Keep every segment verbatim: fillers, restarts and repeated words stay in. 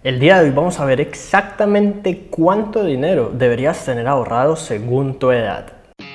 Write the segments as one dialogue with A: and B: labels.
A: El día de hoy vamos a ver exactamente cuánto dinero deberías tener ahorrado según tu edad.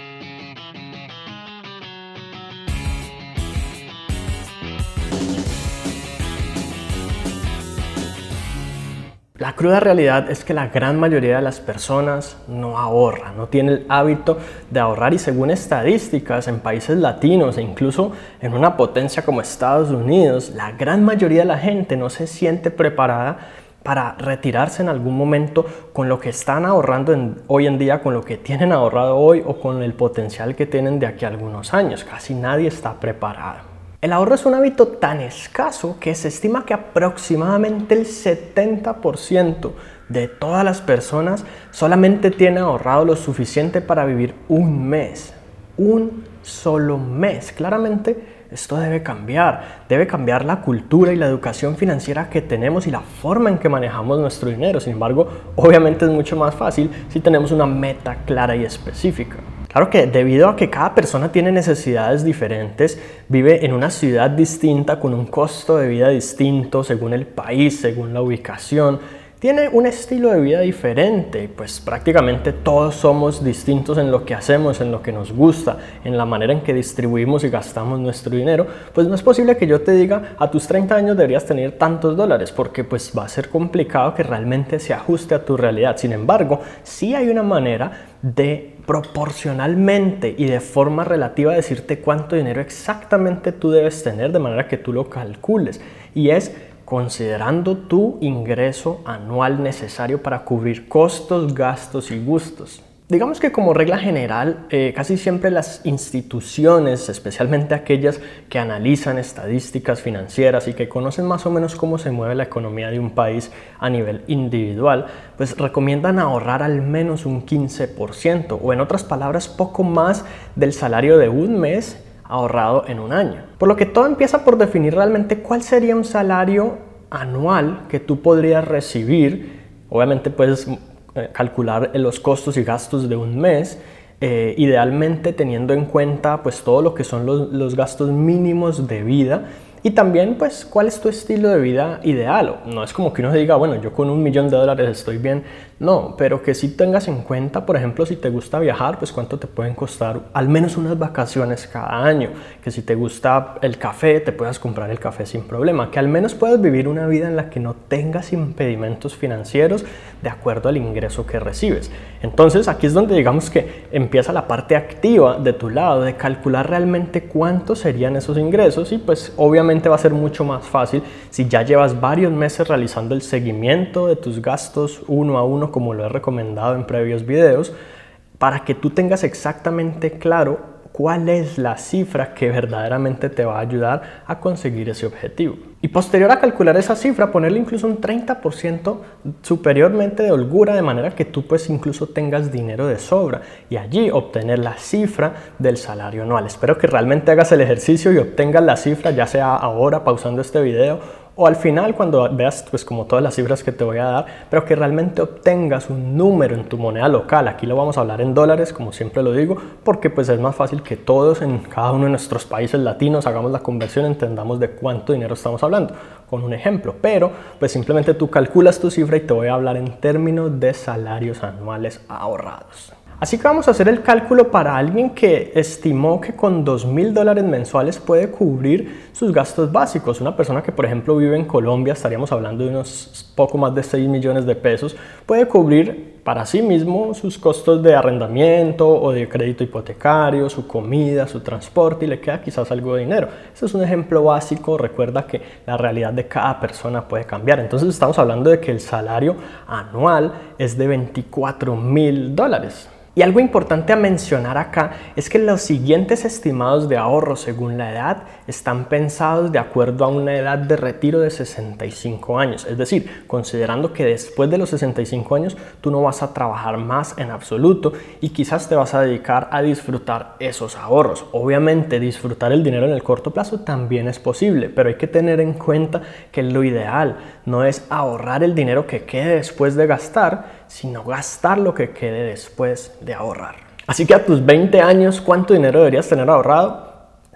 A: La cruda realidad es que la gran mayoría de las personas no ahorra, no tiene el hábito de ahorrar y según estadísticas en países latinos e incluso en una potencia como Estados Unidos, la gran mayoría de la gente no se siente preparada para retirarse en algún momento con lo que están ahorrando en, hoy en día, con lo que tienen ahorrado hoy o con el potencial que tienen de aquí a algunos años. Casi nadie está preparado. El ahorro es un hábito tan escaso que se estima que aproximadamente el setenta por ciento de todas las personas solamente tiene ahorrado lo suficiente para vivir un mes. Un solo mes. Claramente esto debe cambiar. Debe cambiar la cultura y la educación financiera que tenemos y la forma en que manejamos nuestro dinero. Sin embargo, obviamente es mucho más fácil si tenemos una meta clara y específica. Claro que debido a que cada persona tiene necesidades diferentes, vive en una ciudad distinta con un costo de vida distinto según el país, según la ubicación, tiene un estilo de vida diferente, pues prácticamente todos somos distintos en lo que hacemos, en lo que nos gusta, en la manera en que distribuimos y gastamos nuestro dinero, pues no es posible que yo te diga a tus treinta años deberías tener tantos dólares, porque pues va a ser complicado que realmente se ajuste a tu realidad. Sin embargo, sí hay una manera de proporcionalmente y de forma relativa decirte cuánto dinero exactamente tú debes tener de manera que tú lo calcules, y es considerando tu ingreso anual necesario para cubrir costos, gastos y gustos. Digamos que como regla general, eh, casi siempre las instituciones, especialmente aquellas que analizan estadísticas financieras y que conocen más o menos cómo se mueve la economía de un país a nivel individual, pues recomiendan ahorrar al menos un quince por ciento o en otras palabras poco más del salario de un mes ahorrado en un año. Por lo que todo empieza por definir realmente cuál sería un salario anual que tú podrías recibir. Obviamente puedes calcular los costos y gastos de un mes, eh, idealmente teniendo en cuenta pues todo lo que son los, los gastos mínimos de vida y también pues cuál es tu estilo de vida ideal. No es como que uno diga, bueno, yo con un millón de dólares estoy bien. No, pero que sí tengas en cuenta, por ejemplo, si te gusta viajar, pues cuánto te pueden costar al menos unas vacaciones cada año. Que si te gusta el café, te puedas comprar el café sin problema. Que al menos puedas vivir una vida en la que no tengas impedimentos financieros de acuerdo al ingreso que recibes. Entonces, aquí es donde digamos que empieza la parte activa de tu lado, de calcular realmente cuántos serían esos ingresos y pues obviamente va a ser mucho más fácil si ya llevas varios meses realizando el seguimiento de tus gastos uno a uno, como lo he recomendado en previos videos, para que tú tengas exactamente claro cuál es la cifra que verdaderamente te va a ayudar a conseguir ese objetivo. Y posterior a calcular esa cifra, ponerle incluso un treinta por ciento superiormente de holgura, de manera que tú pues incluso tengas dinero de sobra y allí obtener la cifra del salario anual. Espero que realmente hagas el ejercicio y obtengas la cifra, ya sea ahora pausando este video o al final cuando veas pues como todas las cifras que te voy a dar, pero que realmente obtengas un número en tu moneda local. Aquí lo vamos a hablar en dólares, como siempre lo digo, porque pues es más fácil que todos en cada uno de nuestros países latinos hagamos la conversión, entendamos de cuánto dinero estamos hablando, con un ejemplo. Pero pues simplemente tú calculas tu cifra y te voy a hablar en términos de salarios anuales ahorrados. Así que vamos a hacer el cálculo para alguien que estimó que con dos mil dólares mensuales puede cubrir sus gastos básicos. Una persona que por ejemplo vive en Colombia, estaríamos hablando de unos poco más de seis millones de pesos, puede cubrir para sí mismo sus costos de arrendamiento o de crédito hipotecario, su comida, su transporte y le queda quizás algo de dinero. Este es un ejemplo básico, recuerda que la realidad de cada persona puede cambiar. Entonces estamos hablando de que el salario anual es de veinticuatro mil dólares. Y algo importante a mencionar acá es que los siguientes estimados de ahorro según la edad están pensados de acuerdo a una edad de retiro de sesenta y cinco años. Es decir, considerando que después de los sesenta y cinco años tú no vas a trabajar más en absoluto y quizás te vas a dedicar a disfrutar esos ahorros. Obviamente disfrutar el dinero en el corto plazo también es posible, pero hay que tener en cuenta que lo ideal no es ahorrar el dinero que quede después de gastar, sino gastar lo que quede después de ahorrar. Así que a tus veinte años, ¿cuánto dinero deberías tener ahorrado?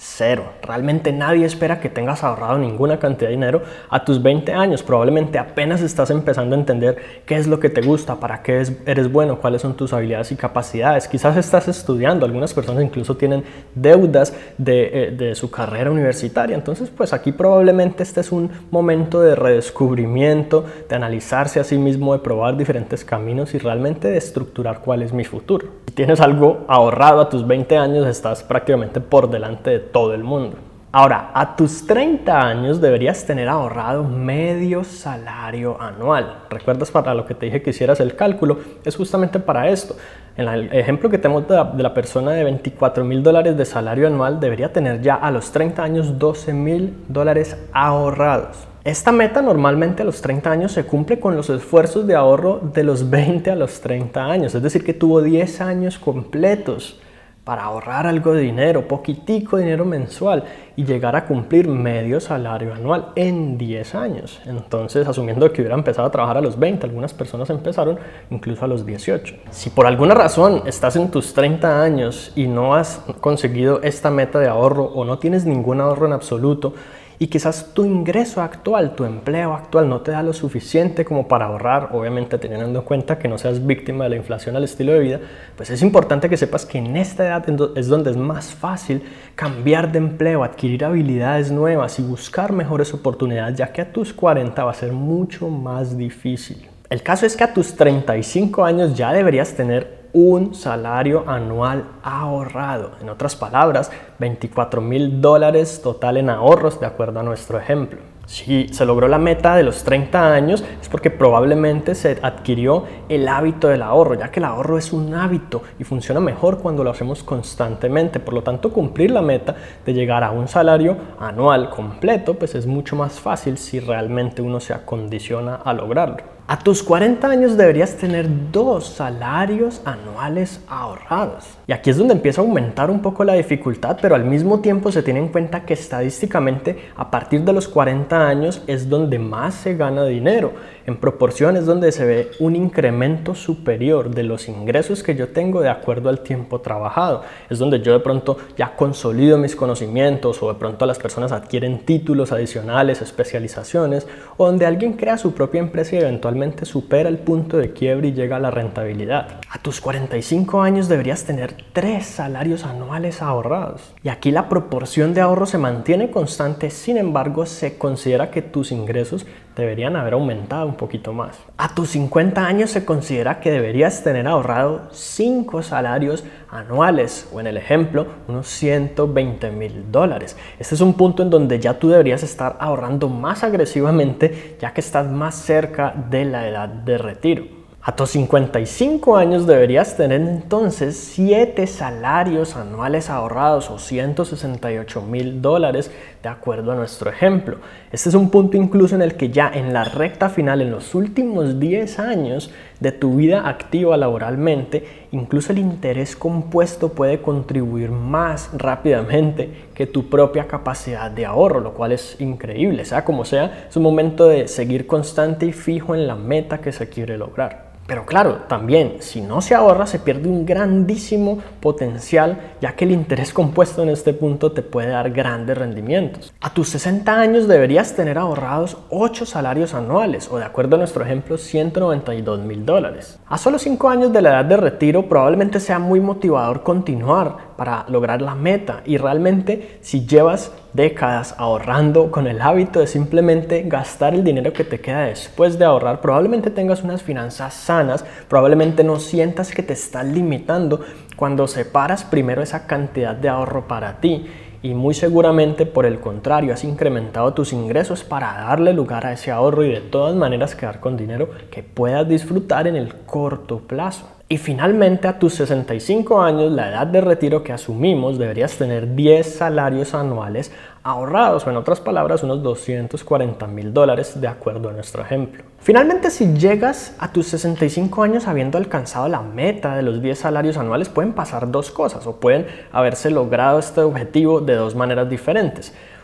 A: Cero. Realmente nadie espera que tengas ahorrado ninguna cantidad de dinero a tus veinte años. Probablemente apenas estás empezando a entender qué es lo que te gusta, para qué eres bueno, cuáles son tus habilidades y capacidades. Quizás estás estudiando, algunas personas incluso tienen deudas de, de su carrera universitaria. Entonces, pues aquí probablemente este es un momento de redescubrimiento, de analizarse a sí mismo, de probar diferentes caminos y realmente de estructurar cuál es mi futuro. Si tienes algo ahorrado a tus veinte años, estás prácticamente por delante de todo el mundo. Ahora, a tus treinta años deberías tener ahorrado medio salario anual. ¿Recuerdas para lo que te dije que hicieras el cálculo? Es justamente para esto. En el ejemplo que tenemos de la, de la persona de veinticuatro mil dólares de salario anual, debería tener ya a los treinta años doce mil dólares ahorrados. Esta meta normalmente a los treinta años se cumple con los esfuerzos de ahorro de los veinte a los treinta años. Es decir, que tuvo diez años completos para ahorrar algo de dinero, poquitico dinero mensual y llegar a cumplir medio salario anual en diez años. Entonces, asumiendo que hubiera empezado a trabajar a los veinte, algunas personas empezaron incluso a los dieciocho. Si por alguna razón estás en tus treinta años y no has conseguido esta meta de ahorro o no tienes ningún ahorro en absoluto, y quizás tu ingreso actual, tu empleo actual no te da lo suficiente como para ahorrar, obviamente teniendo en cuenta que no seas víctima de la inflación al estilo de vida, pues es importante que sepas que en esta edad es donde es más fácil cambiar de empleo, adquirir habilidades nuevas y buscar mejores oportunidades, ya que a tus cuarenta va a ser mucho más difícil. El caso es que a tus treinta y cinco años ya deberías tener un salario anual ahorrado. En otras palabras, veinticuatro mil dólares total en ahorros, de acuerdo a nuestro ejemplo. Si se logró la meta de los treinta años, es porque probablemente se adquirió el hábito del ahorro, ya que el ahorro es un hábito y funciona mejor cuando lo hacemos constantemente. Por lo tanto, cumplir la meta de llegar a un salario anual completo, pues es mucho más fácil si realmente uno se acondiciona a lograrlo. A tus cuarenta años deberías tener dos salarios anuales ahorrados. Y aquí es donde empieza a aumentar un poco la dificultad, pero al mismo tiempo se tiene en cuenta que estadísticamente a partir de los cuarenta años es donde más se gana dinero. En proporción es donde se ve un incremento superior de los ingresos que yo tengo de acuerdo al tiempo trabajado. Es donde yo de pronto ya consolido mis conocimientos, o de pronto las personas adquieren títulos adicionales, especializaciones, o donde alguien crea su propia empresa y eventualmente supera el punto de quiebre y llega a la rentabilidad. A tus cuarenta y cinco años deberías tener tres salarios anuales ahorrados. Y aquí la proporción de ahorro se mantiene constante, sin embargo se considera que tus ingresos deberían haber aumentado un poquito más. A tus cincuenta años se considera que deberías tener ahorrado cinco salarios anuales, o en el ejemplo, unos ciento veinte mil dólares. Este es un punto en donde ya tú deberías estar ahorrando más agresivamente, ya que estás más cerca de la edad de retiro. A tus cincuenta y cinco años deberías tener entonces siete salarios anuales ahorrados, o ciento sesenta y ocho mil dólares, de acuerdo a nuestro ejemplo. Este es un punto incluso en el que ya en la recta final, en los últimos diez años de tu vida activa laboralmente, incluso el interés compuesto puede contribuir más rápidamente que tu propia capacidad de ahorro, lo cual es increíble. Sea como sea, es un momento de seguir constante y fijo en la meta que se quiere lograr. Pero claro, también, si no se ahorra, se pierde un grandísimo potencial, ya que el interés compuesto en este punto te puede dar grandes rendimientos. A tus sesenta años deberías tener ahorrados ocho salarios anuales, o de acuerdo a nuestro ejemplo, ciento noventa y dos mil dólares. A solo cinco años de la edad de retiro, probablemente sea muy motivador continuar para lograr la meta, y realmente si llevas décadas ahorrando con el hábito de simplemente gastar el dinero que te queda después de ahorrar, probablemente tengas unas finanzas sanas, probablemente no sientas que te estás limitando cuando separas primero esa cantidad de ahorro para ti, y muy seguramente por el contrario has incrementado tus ingresos para darle lugar a ese ahorro y de todas maneras quedar con dinero que puedas disfrutar en el corto plazo. Y finalmente, a tus sesenta y cinco años, la edad de retiro que asumimos, deberías tener diez salarios anuales ahorrados, o en otras palabras, unos doscientos cuarenta mil dólares, de acuerdo a nuestro ejemplo. Finalmente, si llegas a tus sesenta y cinco años habiendo alcanzado la meta de los diez salarios anuales, pueden pasar dos cosas, o pueden haberse logrado este objetivo de dos maneras diferentes.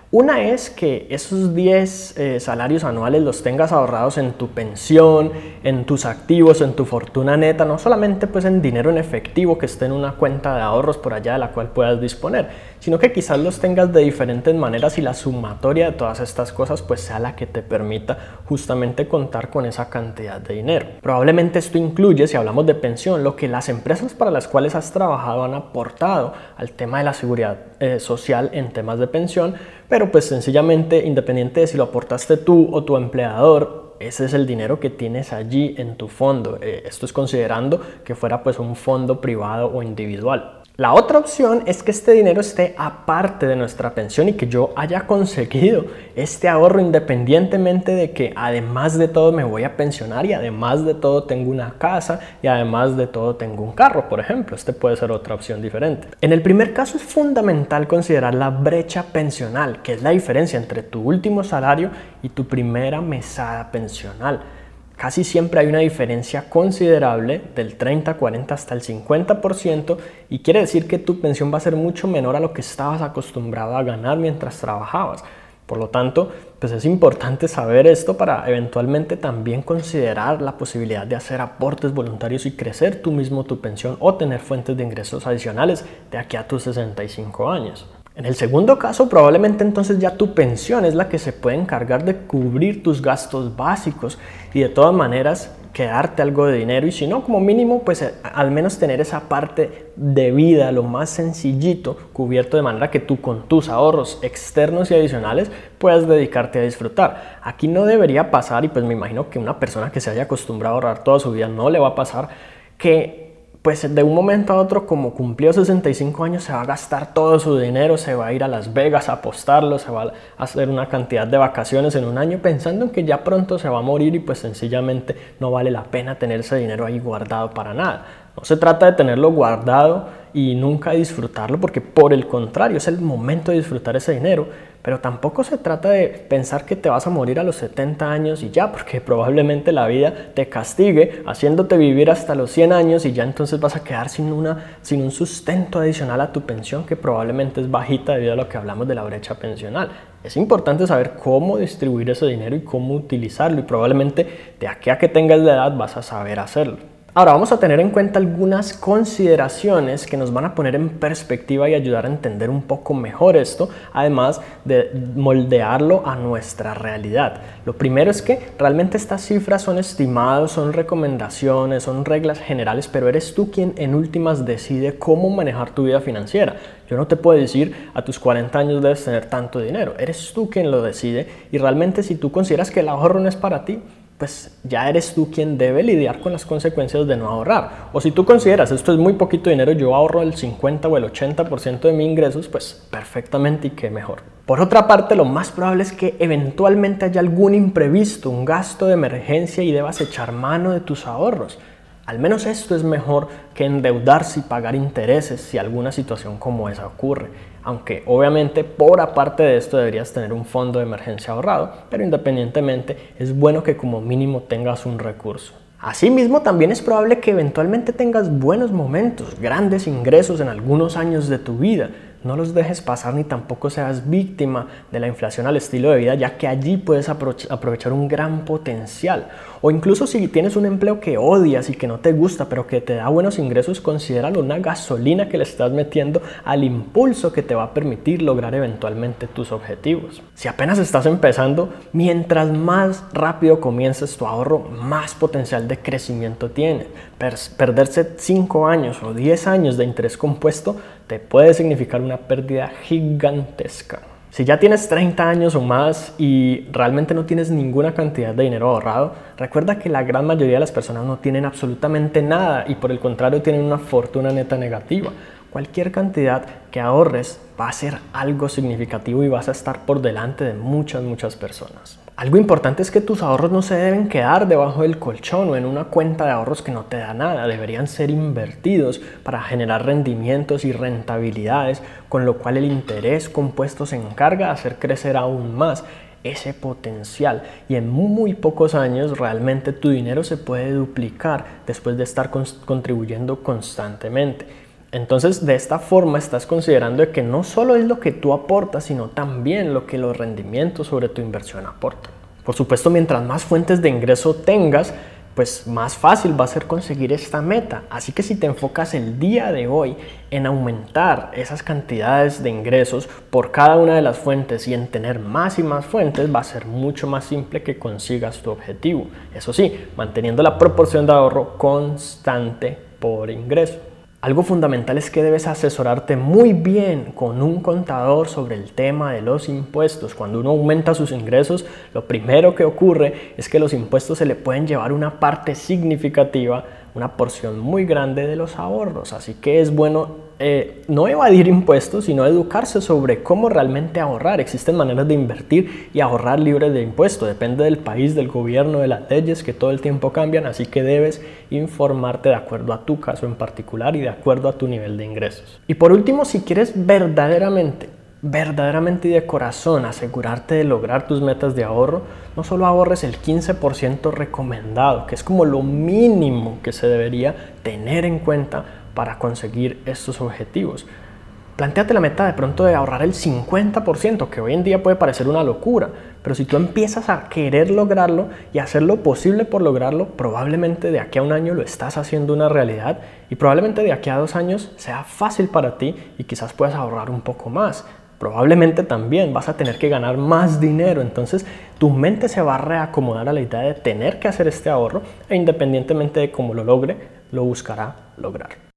A: Una es que esos diez eh, salarios anuales los tengas ahorrados en tu pensión, en tus activos, en tu fortuna neta, no solamente pues en dinero en efectivo que esté en una cuenta de ahorros por allá de la cual puedas disponer, sino que quizás los tengas de diferentes maneras y la sumatoria de todas estas cosas pues sea la que te permita justamente contar con esa cantidad de dinero. Probablemente esto incluye, si hablamos de pensión, lo que las empresas para las cuales has trabajado han aportado al tema de la seguridad eh, social en temas de pensión, pero pues sencillamente, independiente de si lo aportaste tú o tu empleador, ese es el dinero que tienes allí en tu fondo. Eh, esto es considerando que fuera pues un fondo privado o individual. La otra opción es que este dinero esté aparte de nuestra pensión y que yo haya conseguido este ahorro independientemente de que además de todo me voy a pensionar y además de todo tengo una casa y además de todo tengo un carro, por ejemplo. Este puede ser otra opción diferente. En el primer caso es fundamental considerar la brecha pensional, que es la diferencia entre tu último salario y tu primera mesada pensional. Casi siempre hay una diferencia considerable del treinta, cuarenta hasta el cincuenta por ciento y quiere decir que tu pensión va a ser mucho menor a lo que estabas acostumbrado a ganar mientras trabajabas. Por lo tanto, pues es importante saber esto para eventualmente también considerar la posibilidad de hacer aportes voluntarios y crecer tú mismo tu pensión o tener fuentes de ingresos adicionales de aquí a tus sesenta y cinco años. En el segundo caso, probablemente entonces ya tu pensión es la que se puede encargar de cubrir tus gastos básicos y de todas maneras quedarte algo de dinero y si no, como mínimo, pues al menos tener esa parte de vida lo más sencillito cubierto de manera que tú con tus ahorros externos y adicionales puedas dedicarte a disfrutar. Aquí no debería pasar, y pues me imagino que una persona que se haya acostumbrado a ahorrar toda su vida no le va a pasar, que pues de un momento a otro, como cumplió sesenta y cinco años, se va a gastar todo su dinero, se va a ir a Las Vegas a apostarlo, se va a hacer una cantidad de vacaciones en un año pensando en que ya pronto se va a morir y pues sencillamente no vale la pena tener ese dinero ahí guardado para nada. No se trata de tenerlo guardado y nunca disfrutarlo, porque por el contrario es el momento de disfrutar ese dinero, pero tampoco se trata de pensar que te vas a morir a los setenta años y ya, porque probablemente la vida te castigue haciéndote vivir hasta los cien años y ya entonces vas a quedar sin, una, sin un sustento adicional a tu pensión que probablemente es bajita debido a lo que hablamos de la brecha pensional. Es importante saber cómo distribuir ese dinero y cómo utilizarlo y probablemente de aquí a que tengas la edad vas a saber hacerlo. Ahora vamos a tener en cuenta algunas consideraciones que nos van a poner en perspectiva y ayudar a entender un poco mejor esto, además de moldearlo a nuestra realidad. Lo primero es que realmente estas cifras son estimados, son recomendaciones, son reglas generales, pero eres tú quien en últimas decide cómo manejar tu vida financiera. Yo no te puedo decir a tus cuarenta años debes tener tanto dinero, eres tú quien lo decide y realmente si tú consideras que el ahorro no es para ti, pues ya eres tú quien debe lidiar con las consecuencias de no ahorrar. O si tú consideras esto es muy poquito dinero, yo ahorro el cincuenta o el ochenta por ciento de mis ingresos, pues perfectamente y qué mejor. Por otra parte, lo más probable es que eventualmente haya algún imprevisto, un gasto de emergencia y debas echar mano de tus ahorros. Al menos esto es mejor que endeudarse y pagar intereses si alguna situación como esa ocurre. Aunque obviamente por aparte de esto deberías tener un fondo de emergencia ahorrado, pero independientemente es bueno que como mínimo tengas un recurso. Asimismo, también es probable que eventualmente tengas buenos momentos, grandes ingresos en algunos años de tu vida. No los dejes pasar ni tampoco seas víctima de la inflación al estilo de vida, ya que allí puedes aprovechar un gran potencial. O incluso si tienes un empleo que odias y que no te gusta, pero que te da buenos ingresos, considéralo una gasolina que le estás metiendo al impulso que te va a permitir lograr eventualmente tus objetivos. Si apenas estás empezando, mientras más rápido comiences tu ahorro, más potencial de crecimiento tienes. Perderse cinco años o diez años de interés compuesto te puede significar una pérdida gigantesca. Si ya tienes treinta años o más y realmente no tienes ninguna cantidad de dinero ahorrado, recuerda que la gran mayoría de las personas no tienen absolutamente nada y por el contrario tienen una fortuna neta negativa. Cualquier cantidad que ahorres va a ser algo significativo y vas a estar por delante de muchas, muchas personas. Algo importante es que tus ahorros no se deben quedar debajo del colchón o en una cuenta de ahorros que no te da nada. Deberían ser invertidos para generar rendimientos y rentabilidades, con lo cual el interés compuesto se encarga de hacer crecer aún más ese potencial y en muy pocos años realmente tu dinero se puede duplicar después de estar contribuyendo constantemente. Entonces, de esta forma estás considerando que no solo es lo que tú aportas, sino también lo que los rendimientos sobre tu inversión aportan. Por supuesto, mientras más fuentes de ingreso tengas, pues más fácil va a ser conseguir esta meta. Así que si te enfocas el día de hoy en aumentar esas cantidades de ingresos por cada una de las fuentes y en tener más y más fuentes, va a ser mucho más simple que consigas tu objetivo. Eso sí, manteniendo la proporción de ahorro constante por ingreso. Algo fundamental es que debes asesorarte muy bien con un contador sobre el tema de los impuestos. Cuando uno aumenta sus ingresos, lo primero que ocurre es que los impuestos se le pueden llevar una parte significativa, una porción muy grande de los ahorros. Así que es bueno eh, no evadir impuestos, sino educarse sobre cómo realmente ahorrar. Existen maneras de invertir y ahorrar libre de impuestos. Depende del país, del gobierno, de las leyes que todo el tiempo cambian. Así que debes informarte de acuerdo a tu caso en particular y de acuerdo a tu nivel de ingresos. Y por último, si quieres verdaderamente verdaderamente y de corazón asegurarte de lograr tus metas de ahorro, no solo ahorres el quince por ciento recomendado, que es como lo mínimo que se debería tener en cuenta para conseguir estos objetivos. Plantéate la meta de pronto de ahorrar el cincuenta por ciento, que hoy en día puede parecer una locura, pero si tú empiezas a querer lograrlo y hacer lo posible por lograrlo, probablemente de aquí a un año lo estás haciendo una realidad y probablemente de aquí a dos años sea fácil para ti y quizás puedas ahorrar un poco más. Probablemente también vas a tener que ganar más dinero, entonces tu mente se va a reacomodar a la idea de tener que hacer este ahorro e independientemente de cómo lo logre, lo buscará lograr.